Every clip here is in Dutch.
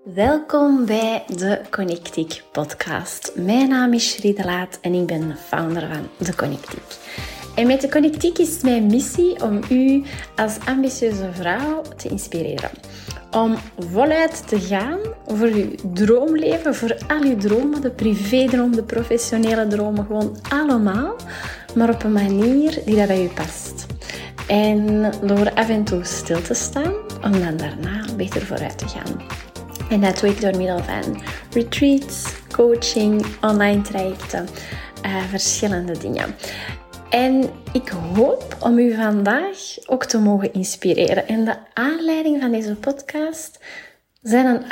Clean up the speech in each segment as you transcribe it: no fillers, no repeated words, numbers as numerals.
Welkom bij de Connectiek podcast. Mijn naam is Sri de Laat en ik ben de founder van de Connectiek. En met de Connectiek is het mijn missie om u als ambitieuze vrouw te inspireren. Om voluit te gaan voor uw droomleven, voor al uw dromen, de privédroom, de professionele dromen, gewoon allemaal, maar op een manier die dat bij u past. En door af en toe stil te staan, om dan daarna beter vooruit te gaan. En dat doe ik door middel van retreats, coaching, online trajecten, verschillende dingen. En ik hoop om u vandaag ook te mogen inspireren. En de aanleiding van deze podcast zijn een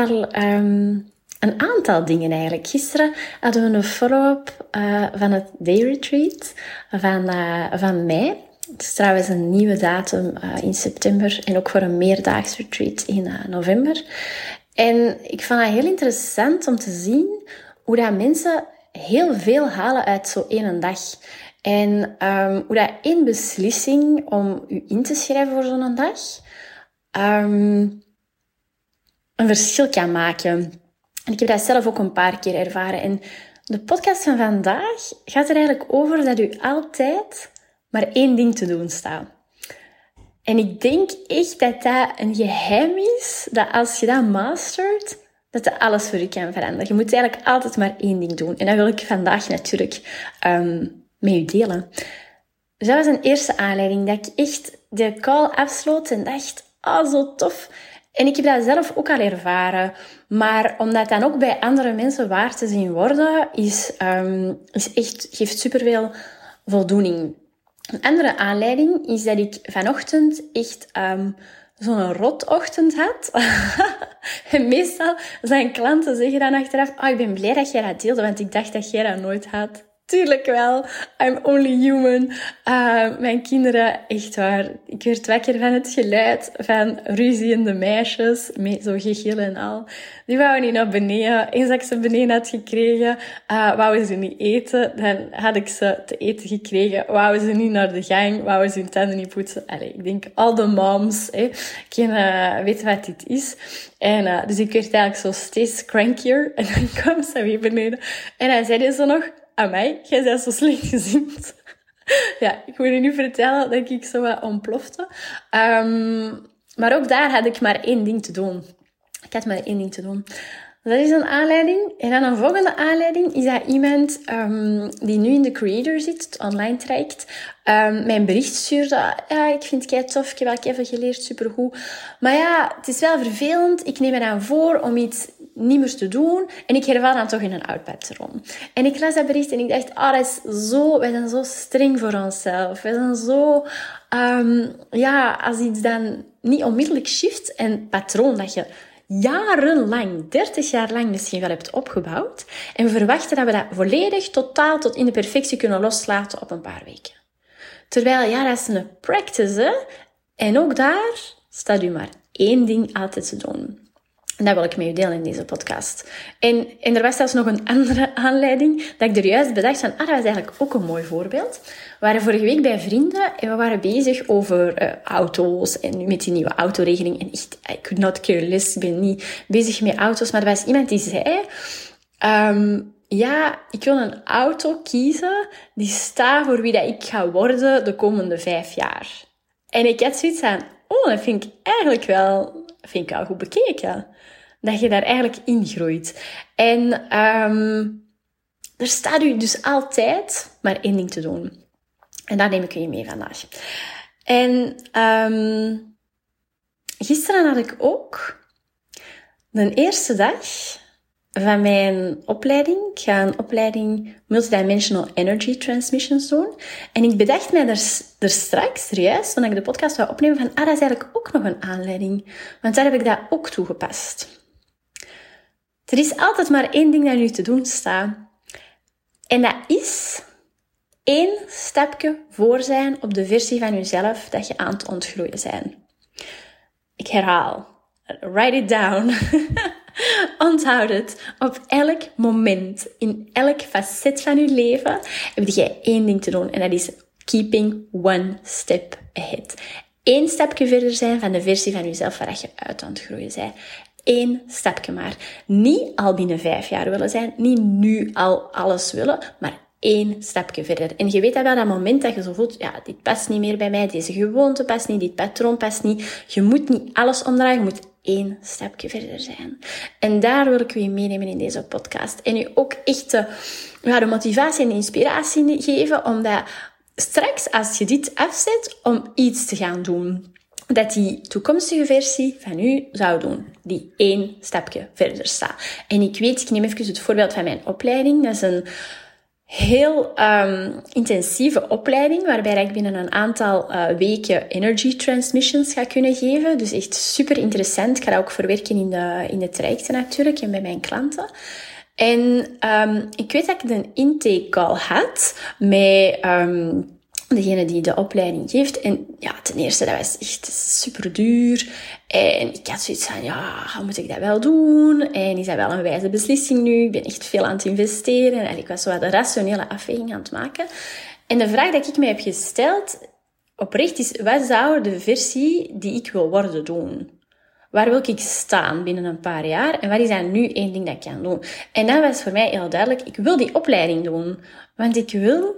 aantal dingen eigenlijk. Gisteren hadden we een follow-up van het day retreat van mei. Het is trouwens een nieuwe datum in september en ook voor een meerdaags retreat in november. En ik vond het heel interessant om te zien hoe dat mensen heel veel halen uit zo'n ene dag. En hoe dat één beslissing om u in te schrijven voor zo'n dag een verschil kan maken. En ik heb dat zelf ook een paar keer ervaren. En de podcast van vandaag gaat er eigenlijk over dat u altijd maar één ding te doen staat. En ik denk echt dat dat een geheim is, dat als je dat mastert, dat alles voor je kan veranderen. Je moet eigenlijk altijd maar één ding doen. En dat wil ik vandaag natuurlijk met u delen. Dus dat was een eerste aanleiding, dat ik echt de call afsloot en dacht, zo tof. En ik heb dat zelf ook al ervaren. Maar om dat dan ook bij andere mensen waar te zien worden, geeft superveel voldoening. Een andere aanleiding is dat ik vanochtend echt zo'n rotochtend had. En meestal zijn klanten zeggen dan achteraf, ik ben blij dat jij dat deelde, want ik dacht dat jij dat nooit had. Tuurlijk wel, I'm only human. Mijn kinderen, echt waar. Ik werd wakker van het geluid van ruziende meisjes, met zo gegil en al. Die wouden niet naar beneden. Eens dat ik ze beneden had gekregen, wouden ze niet eten. Dan had ik ze te eten gekregen, wouden ze niet naar de gang, wouden ze hun tanden niet poetsen. Allee, ik denk, al de moms weten wat dit is. En dus ik werd eigenlijk zo steeds crankier. En dan kwam ze weer beneden. En dan zeiden ze nog, amai, jij bent zo slecht gezind. Ja, ik moet je nu vertellen dat ik zo wat ontplofte. Maar ook daar had ik maar één ding te doen. Ik had maar één ding te doen. Dat is een aanleiding. En dan een volgende aanleiding is dat iemand die nu in de Creator zit, het online traject, mijn bericht stuurde. Ja, ik vind het kei tof, ik heb al even geleerd, supergoed. Maar ja, het is wel vervelend. Ik neem me dan voor om iets niet meer te doen. En ik herval dan toch in een oud patroon. En ik las dat bericht en ik dacht, wij zijn zo streng voor onszelf. Wij zijn zo, als iets dan niet onmiddellijk shift, een patroon dat je jarenlang, 30 jaar lang misschien wel hebt opgebouwd. En we verwachten dat we dat volledig, totaal tot in de perfectie kunnen loslaten op een paar weken. Terwijl, dat is een practice, hè? En ook daar staat u maar één ding altijd te doen. En dat wil ik met u delen in deze podcast. En er was zelfs nog een andere aanleiding, dat ik er juist bedacht van, dat was eigenlijk ook een mooi voorbeeld. We waren vorige week bij vrienden en we waren bezig over auto's en nu met die nieuwe autoregeling. En echt, I could not care less, ik ben niet bezig met auto's. Maar er was iemand die zei, ik wil een auto kiezen die staat voor wie dat ik ga worden de komende 5 jaar. En ik had zoiets van, dat vind ik eigenlijk wel goed bekeken. Dat je daar eigenlijk in groeit. En er staat u dus altijd maar één ding te doen. En daar neem ik u mee vandaag. En gisteren had ik ook de eerste dag van mijn opleiding. Ik ga een opleiding Multidimensional Energy Transmissions doen. En ik bedacht mij er straks, serieus, toen ik de podcast zou opnemen, van dat is eigenlijk ook nog een aanleiding. Want daar heb ik dat ook toegepast. Er is altijd maar één ding dat nu te doen staat. En dat is 1 stapje voor zijn op de versie van jezelf dat je aan het ontgroeien bent. Ik herhaal. Write it down. Onthoud het. Op elk moment, in elk facet van je leven, heb je één ding te doen. En dat is keeping one step ahead. 1 stapje verder zijn van de versie van jezelf waar je uit aan het groeien bent. 1 stapje maar. Niet al binnen 5 jaar willen zijn, niet nu al alles willen, maar 1 stapje verder. En je weet dat wel, dat moment dat je zo voelt, ja, dit past niet meer bij mij, deze gewoonte past niet, dit patroon past niet. Je moet niet alles omdraaien, je moet 1 stapje verder zijn. En daar wil ik u meenemen in deze podcast. En u ook echt de motivatie en de inspiratie geven, omdat straks, als je dit afzet, om iets te gaan doen, dat die toekomstige versie van u zou doen, die 1 stapje verder staat. En ik weet, ik neem even het voorbeeld van mijn opleiding. Dat is een heel intensieve opleiding, waarbij ik binnen een aantal weken energy transmissions ga kunnen geven. Dus echt super interessant. Ik ga dat ook verwerken in de trajecten natuurlijk en bij mijn klanten. En ik weet dat ik een intake call had met degene die de opleiding geeft. En ja, ten eerste, dat was echt super duur. En ik had zoiets van, ja, moet ik dat wel doen? En is dat wel een wijze beslissing nu? Ik ben echt veel aan het investeren. En ik was zo wat een rationele afweging aan het maken. En de vraag die ik mij heb gesteld, oprecht, is: wat zou de versie die ik wil worden doen? Waar wil ik staan binnen een paar jaar? En wat is dan nu 1 ding dat ik kan doen? En dat was voor mij heel duidelijk. Ik wil die opleiding doen. Want ik wil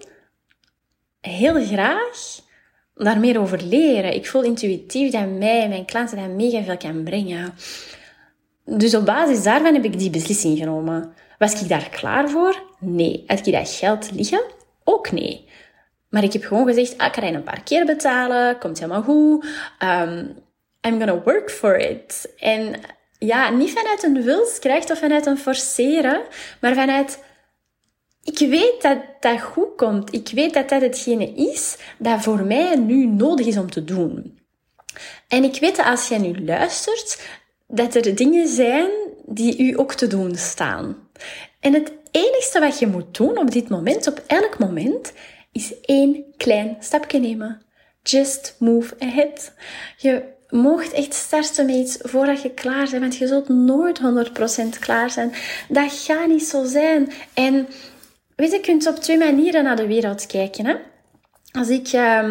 heel graag daar meer over leren. Ik voel intuïtief dat mijn klanten dat mega veel kan brengen. Dus op basis daarvan heb ik die beslissing genomen. Was ik daar klaar voor? Nee. Had ik dat geld liggen? Ook nee. Maar ik heb gewoon gezegd, ik ga dat een paar keer betalen. Komt helemaal goed. I'm gonna work for it. En ja, niet vanuit een wilskracht of vanuit een forceren, maar vanuit: ik weet dat dat goed komt. Ik weet dat dat hetgene is dat voor mij nu nodig is om te doen. En ik weet dat als jij nu luistert, dat er dingen zijn die u ook te doen staan. En het enigste wat je moet doen op dit moment, op elk moment, is 1 klein stapje nemen. Just move ahead. Je moogt echt starten met iets voordat je klaar bent, want je zult nooit 100% klaar zijn. Dat gaat niet zo zijn. En weet je kunt op 2 manieren naar de wereld kijken. Hè? Als ik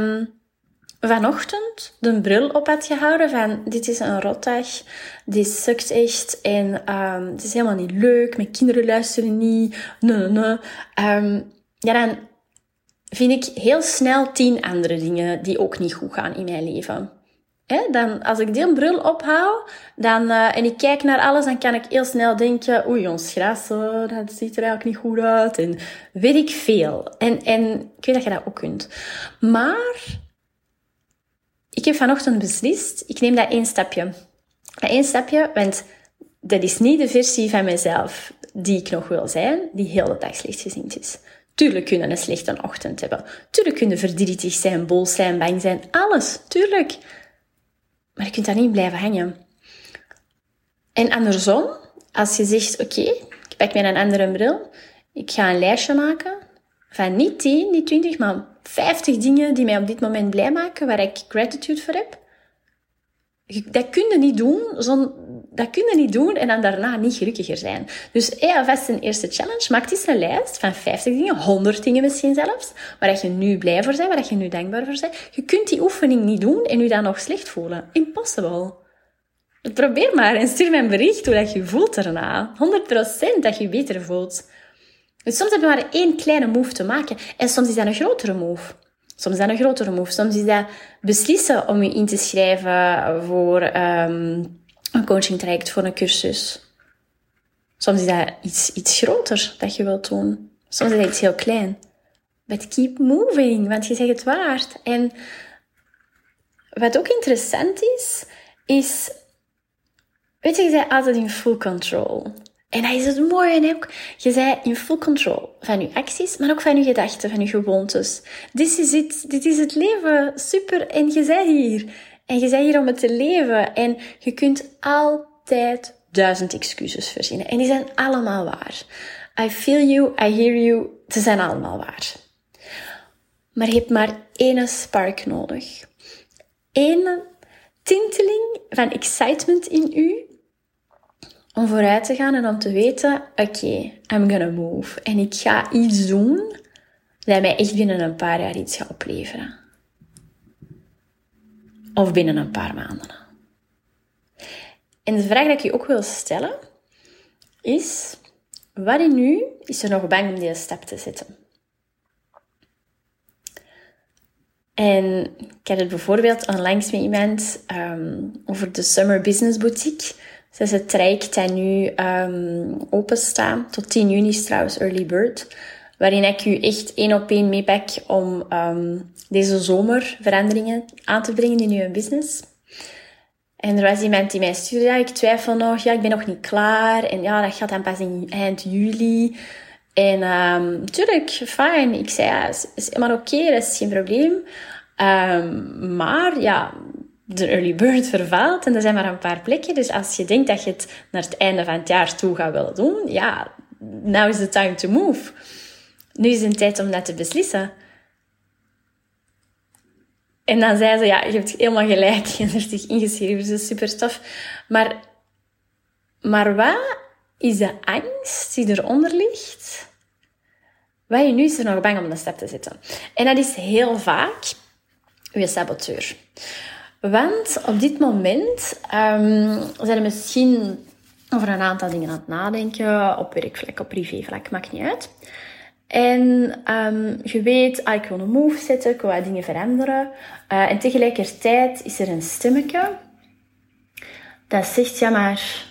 vanochtend de bril op had gehouden van: dit is een rotdag, dit sukt echt en het is helemaal niet leuk, mijn kinderen luisteren niet, ja, dan vind ik heel snel 10 andere dingen die ook niet goed gaan in mijn leven. Dan, als ik die bril ophoud en ik kijk naar alles, dan kan ik heel snel denken: oei, ons gras, dat ziet er eigenlijk niet goed uit. En weet ik veel. En ik weet dat je dat ook kunt. Maar ik heb vanochtend beslist, ik neem dat 1 stapje. Dat 1 stapje, want dat is niet de versie van mezelf die ik nog wil zijn, die heel de dag slechtgezind is. Tuurlijk kunnen een slechte ochtend hebben. Tuurlijk kunnen verdrietig zijn, boos zijn, bang zijn. Alles, tuurlijk. Maar je kunt daar niet blijven hangen. En andersom, als je zegt: oké, ik pak met een andere bril, ik ga een lijstje maken van niet 10, niet 20, maar 50 dingen die mij op dit moment blij maken, waar ik gratitude voor heb. Dat kun je niet doen en dan daarna niet gelukkiger zijn. Dus alvast een eerste challenge. Maak eens een lijst van 50 dingen, 100 dingen misschien zelfs, waar je nu blij voor bent, waar je nu dankbaar voor bent. Je kunt die oefening niet doen en je dan nog slecht voelen. Impossible. Probeer maar en stuur mij een bericht hoe dat je voelt daarna. 100% dat je beter voelt. Dus soms heb je maar 1 kleine move te maken. En soms is dat een grotere move. Soms is dat beslissen om je in te schrijven voor een coaching traject, voor een cursus. Soms is dat iets groter dat je wilt doen. Soms is dat iets heel klein. But keep moving, want je zegt het waard. En wat ook interessant is... Weet je bent altijd in full control. En dat is het mooie. En ook, je bent in full control van je acties, maar ook van je gedachten, van je gewoontes. Dit is het leven. Super. En je bent hier. En je bent hier om het te leven. En je kunt altijd 1000 excuses verzinnen. En die zijn allemaal waar. I feel you, I hear you. Ze zijn allemaal waar. Maar je hebt maar 1 spark nodig. 1 tinteling van excitement in u. Om vooruit te gaan en om te weten, oké, I'm gonna move. En ik ga iets doen dat mij echt binnen een paar jaar iets gaat opleveren. Of binnen een paar maanden. En de vraag die ik je ook wil stellen is, wat in u is er nog bang om die stap te zetten? En ik had het bijvoorbeeld onlangs met iemand over de Summer Business Boutique. Dat is het traject dat nu openstaat. Tot 10 juni is trouwens Early Bird. Waarin ik u echt 1-op-1 meepak om deze zomer veranderingen aan te brengen in uw business. En er was iemand die mij stuurde, ja, ik twijfel nog, ja, ik ben nog niet klaar. En ja, dat gaat dan pas in eind juli. En tuurlijk, fijn. Ik zei, ja, is helemaal oké, dat is geen probleem. Maar ja, de early bird vervaalt en er zijn maar een paar plekken. Dus als je denkt dat je het naar het einde van het jaar toe gaat willen doen, ja, now is the time to move. Nu is het tijd om dat te beslissen. En dan zei ze, ja, je hebt helemaal gelijk. Je hebt zich ingeschreven, dus dat is super tof. Maar wat is de angst die eronder ligt? Wat je nu is er nog bang om de stap te zetten. En dat is heel vaak je saboteur. Want op dit moment zijn er misschien over een aantal dingen aan het nadenken. Op werkvlak, op privévlak, maakt niet uit. En je weet, ik wil een move zetten, ik wil wat dingen veranderen. En tegelijkertijd is er een stemmetje dat zegt, ja maar,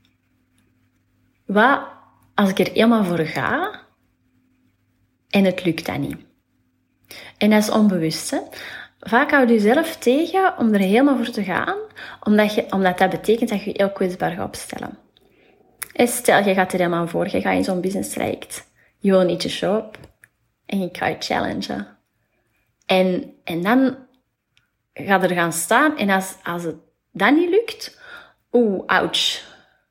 wat als ik er helemaal voor ga en het lukt dan niet? En dat is onbewust, hè. Vaak houd je jezelf tegen om er helemaal voor te gaan, omdat dat betekent dat je je heel kwetsbaar gaat opstellen. En stel, je gaat er helemaal voor, je gaat in zo'n business traject. Je wil niet te show up. En je gaat je challengen. En dan ga er gaan staan. En als het dan niet lukt, ouch.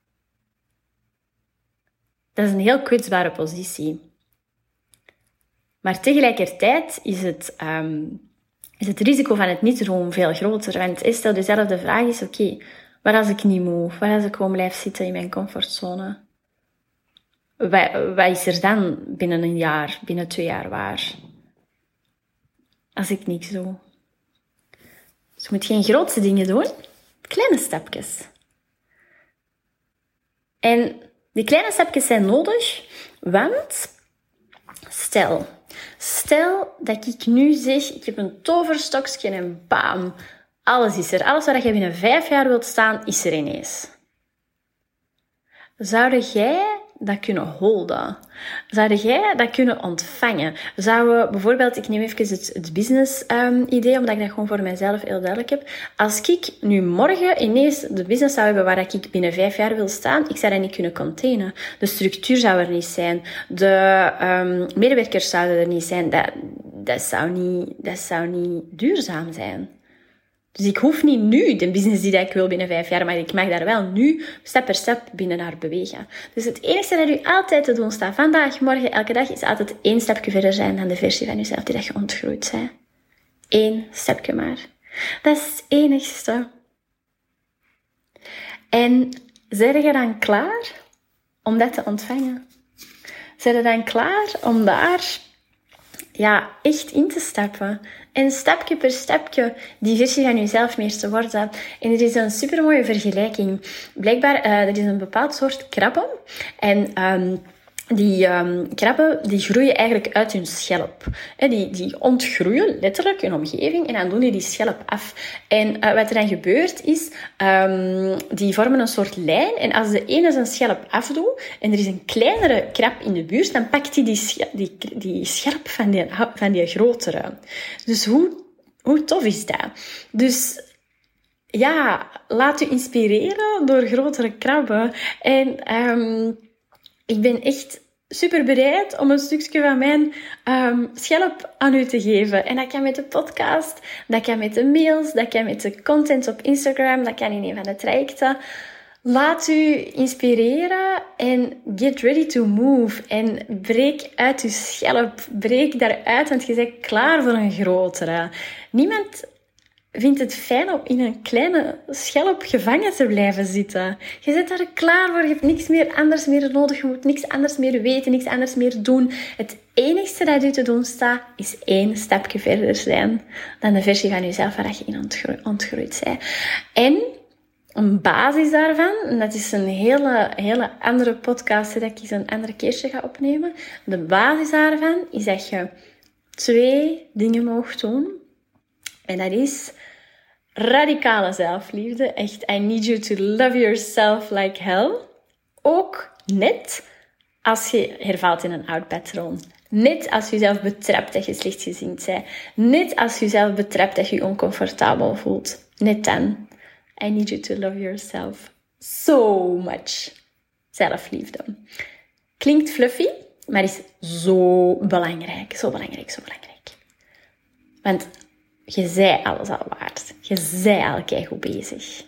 Dat is een heel kwetsbare positie. Maar tegelijkertijd is het risico van het niet doen veel groter. Want stel jezelf de vraag is, oké, wat als ik niet move? Wat als ik gewoon blijf zitten in mijn comfortzone? Wat is er dan binnen een jaar, binnen 2 jaar waar? Als ik niks doe. Dus je moet geen grootste dingen doen. Kleine stapjes. En die kleine stapjes zijn nodig, want stel dat ik nu zeg, ik heb een toverstokje en bam, alles is er. Alles waar je binnen 5 jaar wilt staan, is er ineens. Zou jij dat kunnen holden? Zou jij dat kunnen ontvangen? Zou bijvoorbeeld, ik neem even het business idee, omdat ik dat gewoon voor mezelf heel duidelijk heb. Als ik nu morgen ineens de business zou hebben waar ik binnen 5 jaar wil staan, ik zou dat niet kunnen containen. De structuur zou er niet zijn. De medewerkers zouden er niet zijn. Dat zou niet duurzaam zijn. Dus ik hoef niet nu de business die ik wil binnen 5 jaar, maar ik mag daar wel nu stap per stap binnen naar bewegen. Dus het enige dat u altijd te doen staat, vandaag, morgen, elke dag, is altijd 1 stapje verder zijn dan de versie van uzelf die dat je ontgroeit bent. 1 stapje maar. Dat is het enigste. En zijn je dan klaar om dat te ontvangen? Zijn je dan klaar om daar echt in te stappen? En stapje per stapje die versie van jezelf meer te worden. En er is een supermooie vergelijking. Blijkbaar, er is een bepaald soort krabben. En die krabben die groeien eigenlijk uit hun schelp. Die ontgroeien letterlijk hun omgeving en dan doen die schelp af. En wat er dan gebeurt is, die vormen een soort lijn. En als de ene zijn schelp afdoet en er is een kleinere krab in de buurt, dan pakt hij die schelp van die grotere. Dus hoe tof is dat? Dus ja, laat u inspireren door grotere krabben. En ik ben echt super bereid om een stukje van mijn schelp aan u te geven. En dat kan met de podcast, dat kan met de mails, dat kan met de content op Instagram, dat kan in een van de trajecten. Laat u inspireren en get ready to move. En breek uit uw schelp. Breek daaruit, want je bent klaar voor een grotere. Niemand vindt het fijn om in een kleine schelp gevangen te blijven zitten. Je zit daar klaar voor, je hebt niks meer anders meer nodig, je moet niks anders meer weten, niks anders meer doen. Het enigste dat u te doen staat, is 1 stapje verder zijn dan de versie van jezelf waar je in ontgroeid bent. En een basis daarvan, en dat is een hele andere podcast dat ik eens een andere keertje ga opnemen. De basis daarvan is dat je 2 dingen mag doen. En dat is radicale zelfliefde. Echt, I need you to love yourself like hell. Ook net als je hervalt in een oud patroon. Net als je jezelf betrapt dat je slechtgezind bent. Net als je jezelf betrapt dat je je oncomfortabel voelt. Net dan. I need you to love yourself so much. Zelfliefde. Klinkt fluffy, maar is zo belangrijk. Zo belangrijk, zo belangrijk. Want je zei alles al waard. Je zei al keigoed bezig.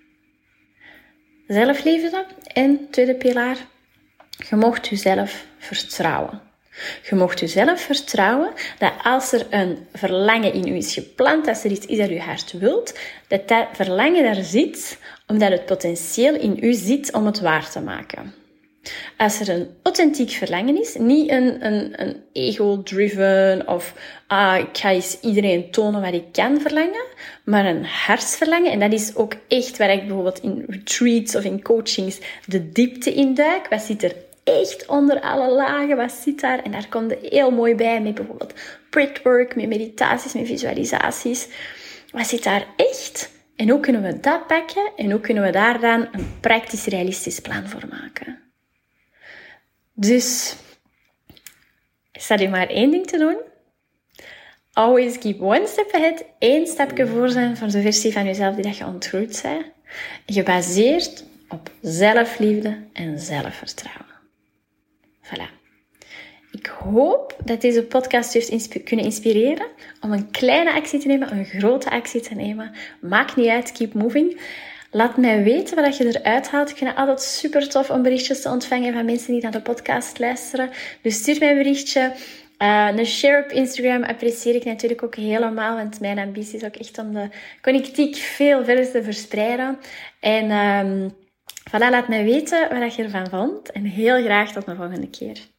Zelfliefde. En tweede pilaar. Je mocht jezelf vertrouwen. Je mocht jezelf vertrouwen dat als er een verlangen in u is geplant, als er iets is dat je hart wilt, dat dat verlangen daar zit, omdat het potentieel in u zit om het waar te maken. Als er een authentiek verlangen is, niet een ego-driven of ik ga eens iedereen tonen wat ik kan verlangen, maar een hartsverlangen. En dat is ook echt waar ik bijvoorbeeld in retreats of in coachings de diepte in duik. Wat zit er echt onder alle lagen? Wat zit daar? En daar komt er heel mooi bij met bijvoorbeeld breathwork, met meditaties, met visualisaties. Wat zit daar echt? En hoe kunnen we dat pakken? En hoe kunnen we daar dan een praktisch, realistisch plan voor maken? Dus, staat er maar 1 ding te doen. Always keep one step ahead. 1 stapje voor zijn voor de versie van jezelf die dat je ontgroeid bent. Gebaseerd op zelfliefde en zelfvertrouwen. Voilà. Ik hoop dat deze podcast je heeft kunnen inspireren om een kleine actie te nemen, een grote actie te nemen. Maakt niet uit, keep moving. Laat mij weten wat je eruit haalt. Ik vind het altijd super tof om berichtjes te ontvangen van mensen die naar de podcast luisteren. Dus stuur mij een berichtje. Een share op Instagram apprecieer ik natuurlijk ook helemaal. Want mijn ambitie is ook echt om de connectiek veel verder te verspreiden. En voilà, laat mij weten wat je ervan vond. En heel graag tot de volgende keer.